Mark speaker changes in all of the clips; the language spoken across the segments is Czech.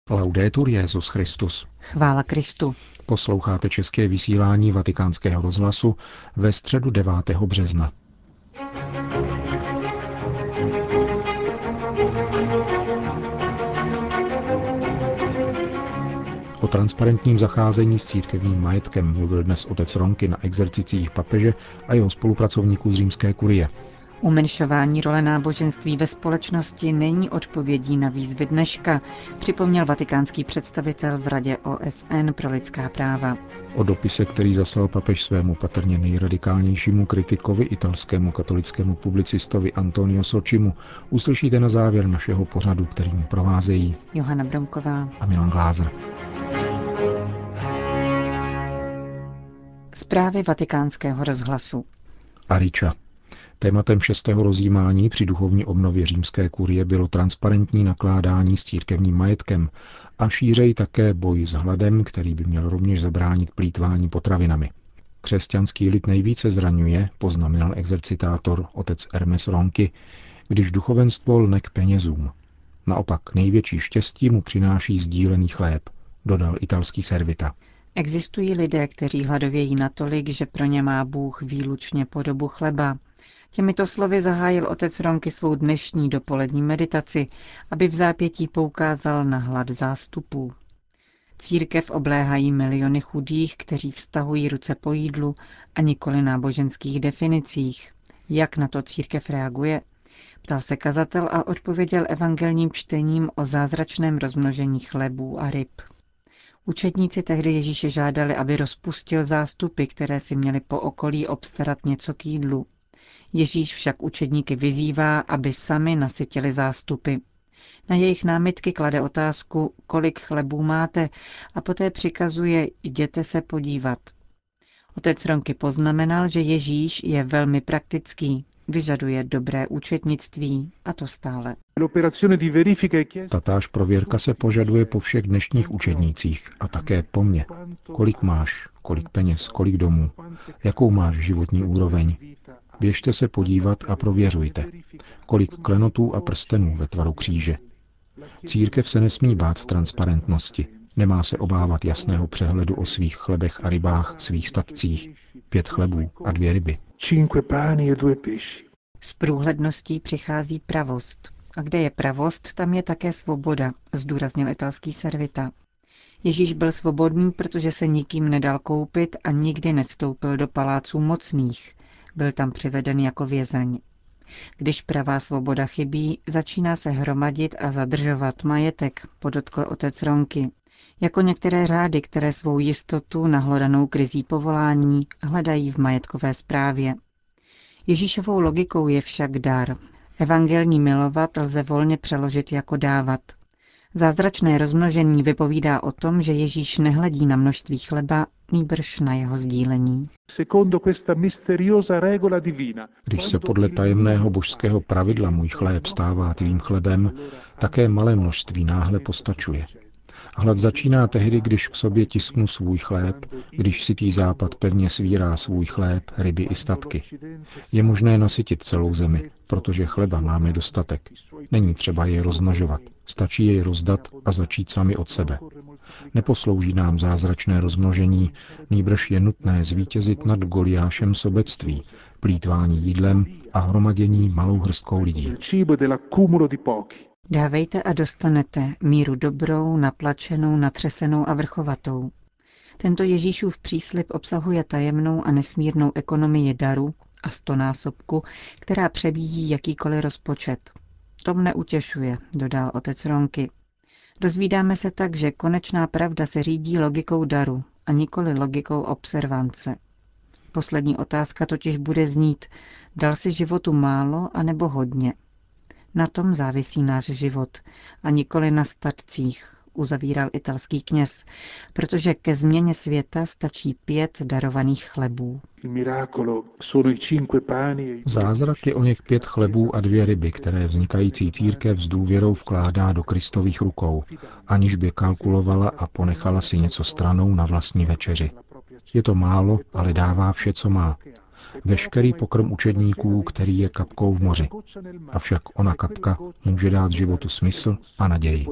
Speaker 1: Laudetur Jesus Christus.
Speaker 2: Chvála Kristu.
Speaker 1: Posloucháte české vysílání Vatikánského rozhlasu ve středu 9. března. O transparentním zacházení s církevním majetkem mluvil dnes otec Ronky na exercicích papeže a jeho spolupracovníků z římské kurie.
Speaker 2: Umenšování role náboženství ve společnosti není odpovědí na výzvy dneška, připomněl vatikánský představitel v Radě OSN pro lidská práva.
Speaker 1: O dopise, který zaslal papež svému patrně nejradikálnějšímu kritikovi, italskému katolickému publicistovi Antonio Soccimu, uslyšíte na závěr našeho pořadu, kterým provázejí
Speaker 2: Johana Bronková
Speaker 1: a Milan Glázer.
Speaker 2: Zprávy vatikánského rozhlasu.
Speaker 1: Ariča. Tématem 6. rozjímání při duchovní obnově římské kurie bylo transparentní nakládání s církevním majetkem a šířej také boj s hladem, který by měl rovněž zabránit plýtvání potravinami. Křesťanský lid nejvíce zraňuje, poznamenal exercitátor otec Hermes Ronky, když duchovenstvo lne k penězům. Naopak největší štěstí mu přináší sdílený chléb, dodal italský servita.
Speaker 2: Existují lidé, kteří hladovějí natolik, že pro ně má Bůh výlučně podobu chleba. Těmito slovy zahájil otec Ronky svou dnešní dopolední meditaci, aby v zápětí poukázal na hlad zástupů. Církev obléhají miliony chudých, kteří vztahují ruce po jídlu a nikoli náboženských definicích. Jak na to církev reaguje? Ptal se kazatel a odpověděl evangelním čtením o zázračném rozmnožení chlebů a ryb. Učedníci tehdy Ježíše žádali, aby rozpustil zástupy, které si měli po okolí obstarat něco k jídlu. Ježíš však učedníky vyzývá, aby sami nasytili zástupy. Na jejich námitky klade otázku, kolik chlebů máte, a poté přikazuje, jděte se podívat. Otec Ronky poznamenal, že Ježíš je velmi praktický, vyžaduje dobré účetnictví, a to stále.
Speaker 1: Tatáž prověrka se požaduje po všech dnešních učednících a také po mně. Kolik máš, kolik peněz, kolik domů, jakou máš životní úroveň. Běžte se podívat a prověřujte, kolik klenotů a prstenů ve tvaru kříže. Církev se nesmí bát transparentnosti, nemá se obávat jasného přehledu o svých chlebech a rybách, svých statcích. 5 chlebů a 2 ryby.
Speaker 2: S průhledností přichází pravost. A kde je pravost, tam je také svoboda, zdůraznil italský servita. Ježíš byl svobodný, protože se nikým nedal koupit a nikdy nevstoupil do paláců mocných. Byl tam přiveden jako vězeň. Když pravá svoboda chybí, začíná se hromadit a zadržovat majetek, podotkl otec Ronky. Jako některé řády, které svou jistotu nahlodanou krizí povolání hledají v majetkové správě. Ježíšovou logikou je však dar. Evangelní milovat lze volně přeložit jako dávat. Zázračné rozmnožení vypovídá o tom, že Ježíš nehledí na množství chleba, nýbrž na jeho sdílení.
Speaker 1: Když se podle tajemného božského pravidla můj chléb stává tvým chlebem, také malé množství náhle postačuje. Hlad začíná tehdy, když k sobě tisknu svůj chléb, když sytý západ pevně svírá svůj chléb, ryby i statky. Je možné nasytit celou zemi, protože chleba máme dostatek. Není třeba jej rozmnožovat, stačí jej rozdat a začít sami od sebe. Neposlouží nám zázračné rozmnožení, nýbrž je nutné zvítězit nad Goliášem sobectví, plýtvání jídlem a hromadění malou hrstkou lidí.
Speaker 2: Dávejte a dostanete míru dobrou, natlačenou, natřesenou a vrchovatou. Tento Ježíšův příslib obsahuje tajemnou a nesmírnou ekonomii daru a 100násobku, která přebíjí jakýkoliv rozpočet. To mne utěšuje, dodal otec Ronky. Dozvídáme se tak, že konečná pravda se řídí logikou daru a nikoli logikou observance. Poslední otázka totiž bude znít, dal si životu málo anebo hodně. Na tom závisí náš život a nikoli na statcích, uzavíral italský kněz, protože ke změně světa stačí 5 darovaných chlebů.
Speaker 1: Zázrak je oněch 5 chlebů a 2 ryby, které vznikající církev s důvěrou vkládá do Kristových rukou, aniž by kalkulovala a ponechala si něco stranou na vlastní večeři. Je to málo, ale dává vše, co má. veškerý pokrm učedníků, který je kapkou v moři. Avšak ona kapka může dát životu smysl a naději.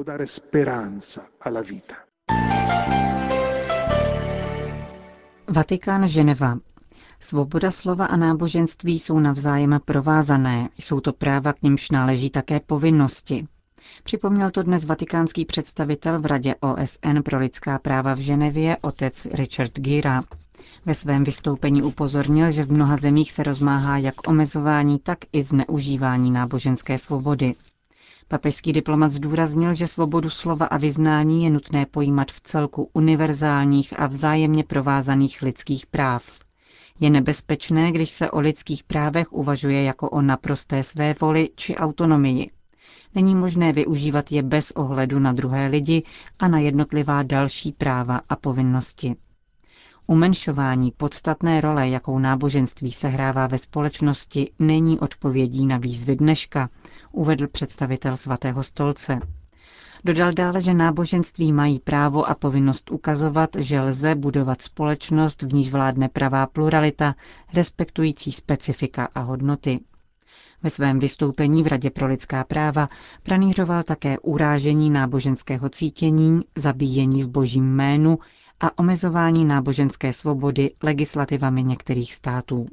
Speaker 2: Vatikán, Ženeva. Svoboda slova a náboženství jsou navzájem provázané, jsou to práva, k nimž náleží také povinnosti. Připomněl to dnes vatikánský představitel v Radě OSN pro lidská práva v Ženevě, otec Richard Gira. Ve svém vystoupení upozornil, že v mnoha zemích se rozmáhá jak omezování, tak i zneužívání náboženské svobody. Papežský diplomat zdůraznil, že svobodu slova a vyznání je nutné pojímat v celku univerzálních a vzájemně provázaných lidských práv. Je nebezpečné, když se o lidských právech uvažuje jako o naprosté svévoli či autonomii. Není možné využívat je bez ohledu na druhé lidi a na jednotlivá další práva a povinnosti. Umenšování podstatné role, jakou náboženství sehrává ve společnosti, není odpovědí na výzvy dneška, uvedl představitel Svatého stolce. Dodal dále, že náboženství mají právo a povinnost ukazovat, že lze budovat společnost, v níž vládne pravá pluralita, respektující specifika a hodnoty. Ve svém vystoupení v Radě pro lidská práva pranířoval také urážení náboženského cítění, zabíjení v božím jménu a omezování náboženské svobody legislativami některých států.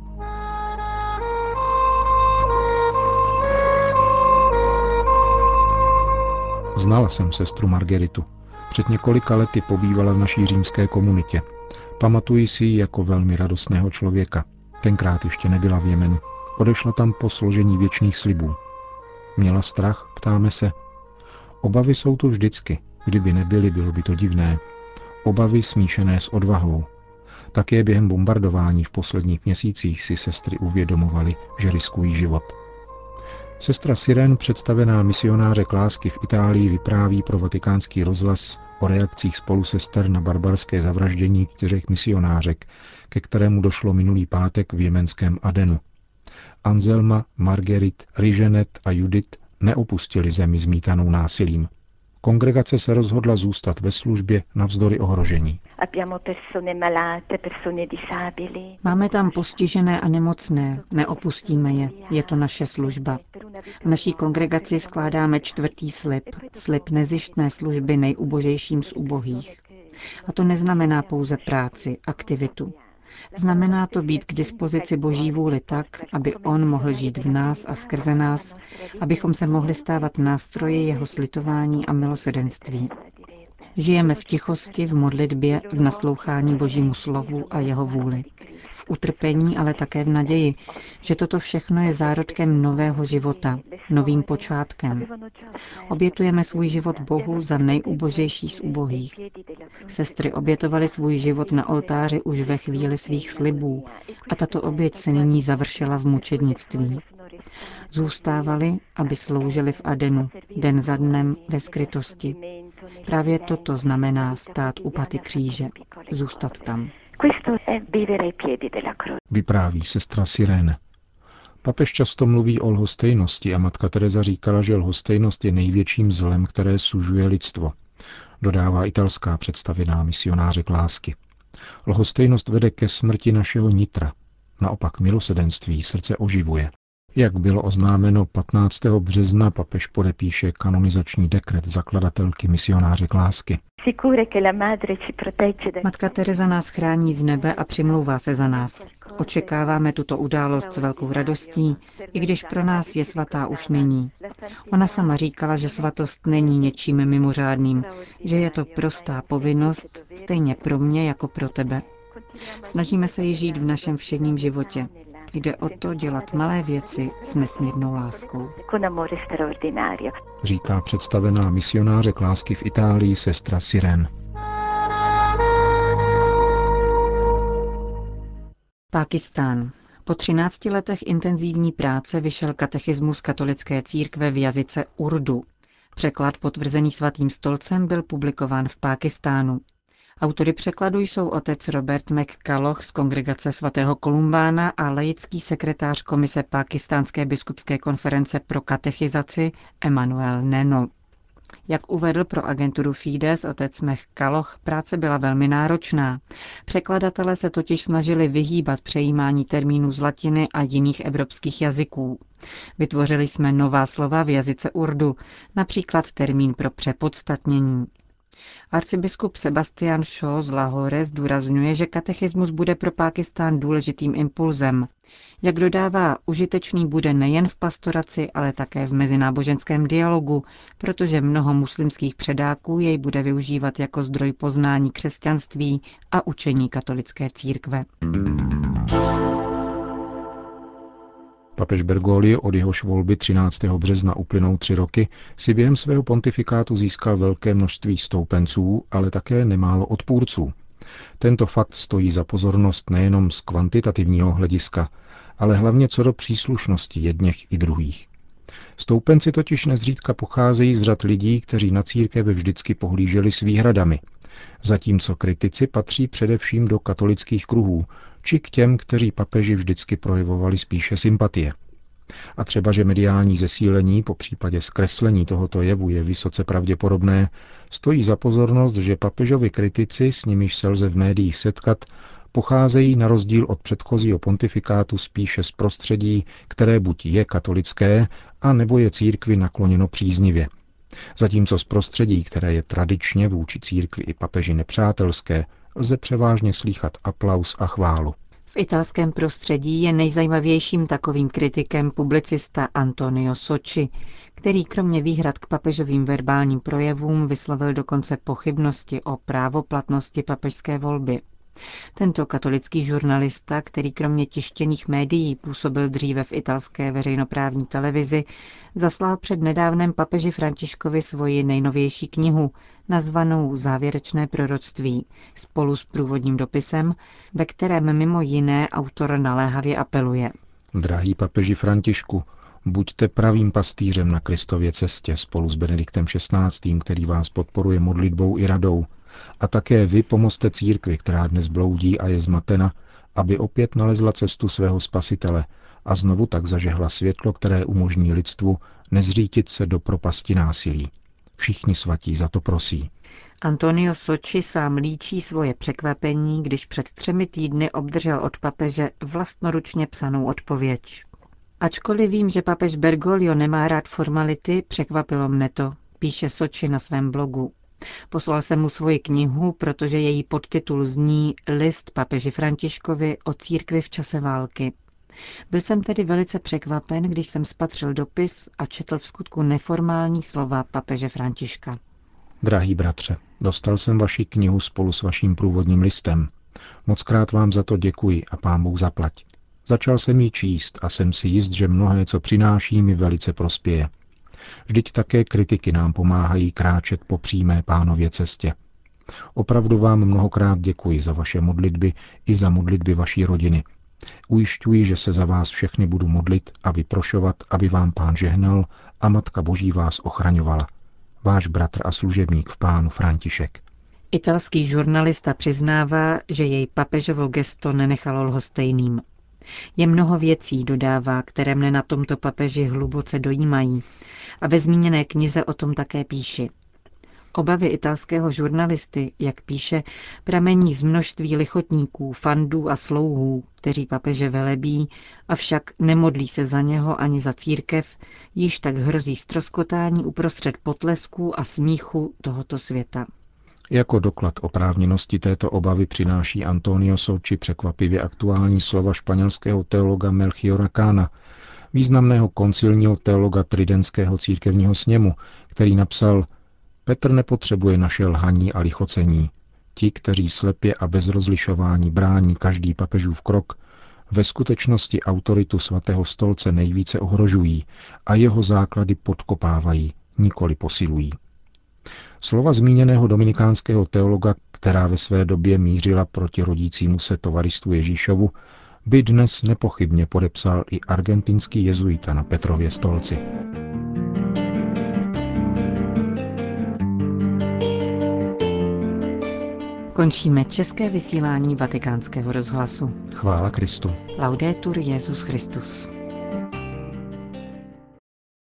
Speaker 1: Znala jsem sestru Margeritu. Před několika lety pobývala v naší římské komunitě. Pamatuji si ji jako velmi radostného člověka. Tenkrát ještě nebyla v Jemenu. Odešla tam po složení věčných slibů. Měla strach, ptáme se. Obavy jsou tu vždycky. Kdyby nebyly, bylo by to divné. Obavy smíšené s odvahou. Také během bombardování v posledních měsících si sestry uvědomovaly, že riskují život. Sestra Siren, představená misionářek lásky v Itálii, vypráví pro Vatikánský rozhlas o reakcích spolusester na barbarské zavraždění 4 misionářek, ke kterému došlo minulý pátek v jemenském Adenu. Anselma, Marguerite, Rigenet a Judith neopustili zemi zmítanou násilím. Kongregace se rozhodla zůstat ve službě navzdory ohrožení.
Speaker 2: Máme tam postižené a nemocné, neopustíme je, je to naše služba. V naší kongregaci skládáme 4. slib, slib nezištné služby nejubožejším z ubohých. A to neznamená pouze práci, aktivitu. Znamená to být k dispozici Boží vůli tak, aby On mohl žít v nás a skrze nás, abychom se mohli stávat nástroji jeho slitování a milosedenství. Žijeme v tichosti, v modlitbě, v naslouchání Božímu slovu a jeho vůli. V utrpení, ale také v naději, že toto všechno je zárodkem nového života, novým počátkem. Obětujeme svůj život Bohu za nejubožejší z ubohých. Sestry obětovaly svůj život na oltáři už ve chvíli svých slibů a tato oběť se nyní završila v mučednictví. Zůstávali, aby sloužili v Adenu, den za dnem ve skrytosti. Právě toto znamená stát u paty kříže, zůstat tam.
Speaker 1: Vypráví sestra Sirene. Papež často mluví o lhostejnosti a matka Teresa říkala, že lhostejnost je největším zlem, které sužuje lidstvo. Dodává italská představená misionářek lásky. Lhostejnost vede ke smrti našeho nitra. Naopak milosedenství srdce oživuje. Jak bylo oznámeno 15. března, papež podepíše kanonizační dekret zakladatelky misionářek lásky.
Speaker 2: Matka Teresa nás chrání z nebe a přimlouvá se za nás. Očekáváme tuto událost s velkou radostí, i když pro nás je svatá už nyní. Ona sama říkala, že svatost není něčím mimořádným, že je to prostá povinnost, stejně pro mě jako pro tebe. Snažíme se ji žít v našem všedním životě. Jde o to dělat malé věci s nesmírnou láskou.
Speaker 1: Říká představená misionářek lásky v Itálii sestra Siren.
Speaker 2: Pákistán. Po 13 letech intenzivní práce vyšel katechismus katolické církve v jazyce Urdu. Překlad potvrzený Svatým stolcem byl publikován v Pákistánu. Autory překladu jsou otec Robert McCulloch z kongregace svatého Kolumbána a laický sekretář komise Pákistánské biskupské konference pro katechizaci Emmanuel Neno. Jak uvedl pro agenturu Fides otec Mech Kaloch, práce byla velmi náročná. Překladatelé se totiž snažili vyhýbat přejímání termínů z latiny a jiných evropských jazyků. Vytvořili jsme nová slova v jazyce urdu, například termín pro přepodstatnění. Arcibiskup Sebastian Shaw z Lahore zdůrazňuje, že katechismus bude pro Pákistán důležitým impulzem. Jak dodává, užitečný bude nejen v pastoraci, ale také v mezináboženském dialogu, protože mnoho muslimských předáků jej bude využívat jako zdroj poznání křesťanství a učení katolické církve.
Speaker 1: Papež Bergoglio, od jehož volby 13. března uplynou 3 roky, si během svého pontifikátu získal velké množství stoupenců, ale také nemálo odpůrců. Tento fakt stojí za pozornost nejenom z kvantitativního hlediska, ale hlavně co do příslušnosti jedněch i druhých. Stoupenci totiž nezřídka pocházejí z řad lidí, kteří na církev vždycky pohlíželi s výhradami, zatímco kritici patří především do katolických kruhů, či k těm, kteří papeži vždycky projevovali spíše sympatie. A třeba, že mediální zesílení, po případě zkreslení tohoto jevu je vysoce pravděpodobné, stojí za pozornost, že papežovi kritici, s nimiž se lze v médiích setkat, pocházejí na rozdíl od předchozího pontifikátu spíše z prostředí, které buď je katolické, a nebo je církvi nakloněno příznivě. Zatímco z prostředí, které je tradičně vůči církvi i papeži nepřátelské, lze převážně slýchat aplaus a chválu.
Speaker 2: V italském prostředí je nejzajímavějším takovým kritikem publicista Antonio Socci, který kromě výhrad k papežovým verbálním projevům vyslovil dokonce pochybnosti o právoplatnosti papežské volby. Tento katolický žurnalista, který kromě tištěných médií působil dříve v italské veřejnoprávní televizi, zaslal před nedávnem papeži Františkovi svoji nejnovější knihu, nazvanou Závěrečné proroctví, spolu s průvodním dopisem, ve kterém mimo jiné autor naléhavě apeluje.
Speaker 1: Drahý papeži Františku, buďte pravým pastýřem na Kristově cestě spolu s Benediktem XVI., který vás podporuje modlitbou i radou. A také vy pomozte církvi, která dnes bloudí a je zmatena, aby opět nalezla cestu svého spasitele a znovu tak zažehla světlo, které umožní lidstvu nezřítit se do propasti násilí. Všichni svatí za to prosí.
Speaker 2: Antonio Socci sám líčí svoje překvapení, když před 3 týdny obdržel od papeže vlastnoručně psanou odpověď. Ačkoliv vím, že papež Bergoglio nemá rád formality, překvapilo mne to, píše Socci na svém blogu. Poslal jsem mu svoji knihu, protože její podtitul zní List papeži Františkovi o církvi v čase války. Byl jsem tedy velice překvapen, když jsem spatřil dopis a četl vskutku neformální slova papeže Františka.
Speaker 1: Drahý bratře, dostal jsem vaši knihu spolu s vaším průvodním listem. Mockrát vám za to děkuji a Pán Bůh zaplať. Začal jsem ji číst a jsem si jist, že mnohé, co přináší, mi velice prospěje. Vždyť také kritiky nám pomáhají kráčet po přímé Pánově cestě. Opravdu vám mnohokrát děkuji za vaše modlitby i za modlitby vaší rodiny. Ujišťuji, že se za vás všechny budu modlit a vyprošovat, aby vám Pán žehnal a Matka Boží vás ochraňovala. Váš bratr a služebník v Pánu František.
Speaker 2: Italský žurnalista přiznává, že jej papežovo gesto nenechalo lhostejným. Je mnoho věcí, dodává, které mne na tomto papeži hluboce dojímají. A ve zmíněné knize o tom také píši. Obavy italského žurnalisty, jak píše, pramení z množství lichotníků, fandů a slouhů, kteří papeže velebí, avšak nemodlí se za něho ani za církev, již tak hrozí ztroskotání uprostřed potlesků a smíchu tohoto světa.
Speaker 1: Jako doklad oprávněnosti této obavy přináší Antonio Socci překvapivě aktuální slova španělského teologa Melchiora Cána, významného koncilního teologa Tridentského církevního sněmu, který napsal: Petr nepotřebuje naše lhaní a lichocení. Ti, kteří slepě a bez rozlišování brání každý papežův krok, ve skutečnosti autoritu svatého stolce nejvíce ohrožují a jeho základy podkopávají, nikoli posilují. Slova zmíněného dominikánského teologa, která ve své době mířila proti rodícímu se tovaristu Ježíšovu, by dnes nepochybně podepsal i argentinský jezuita na Petrově stolci.
Speaker 2: Končíme české vysílání Vatikánského rozhlasu.
Speaker 1: Chvála Kristu.
Speaker 2: Laudetur Jesus Christus.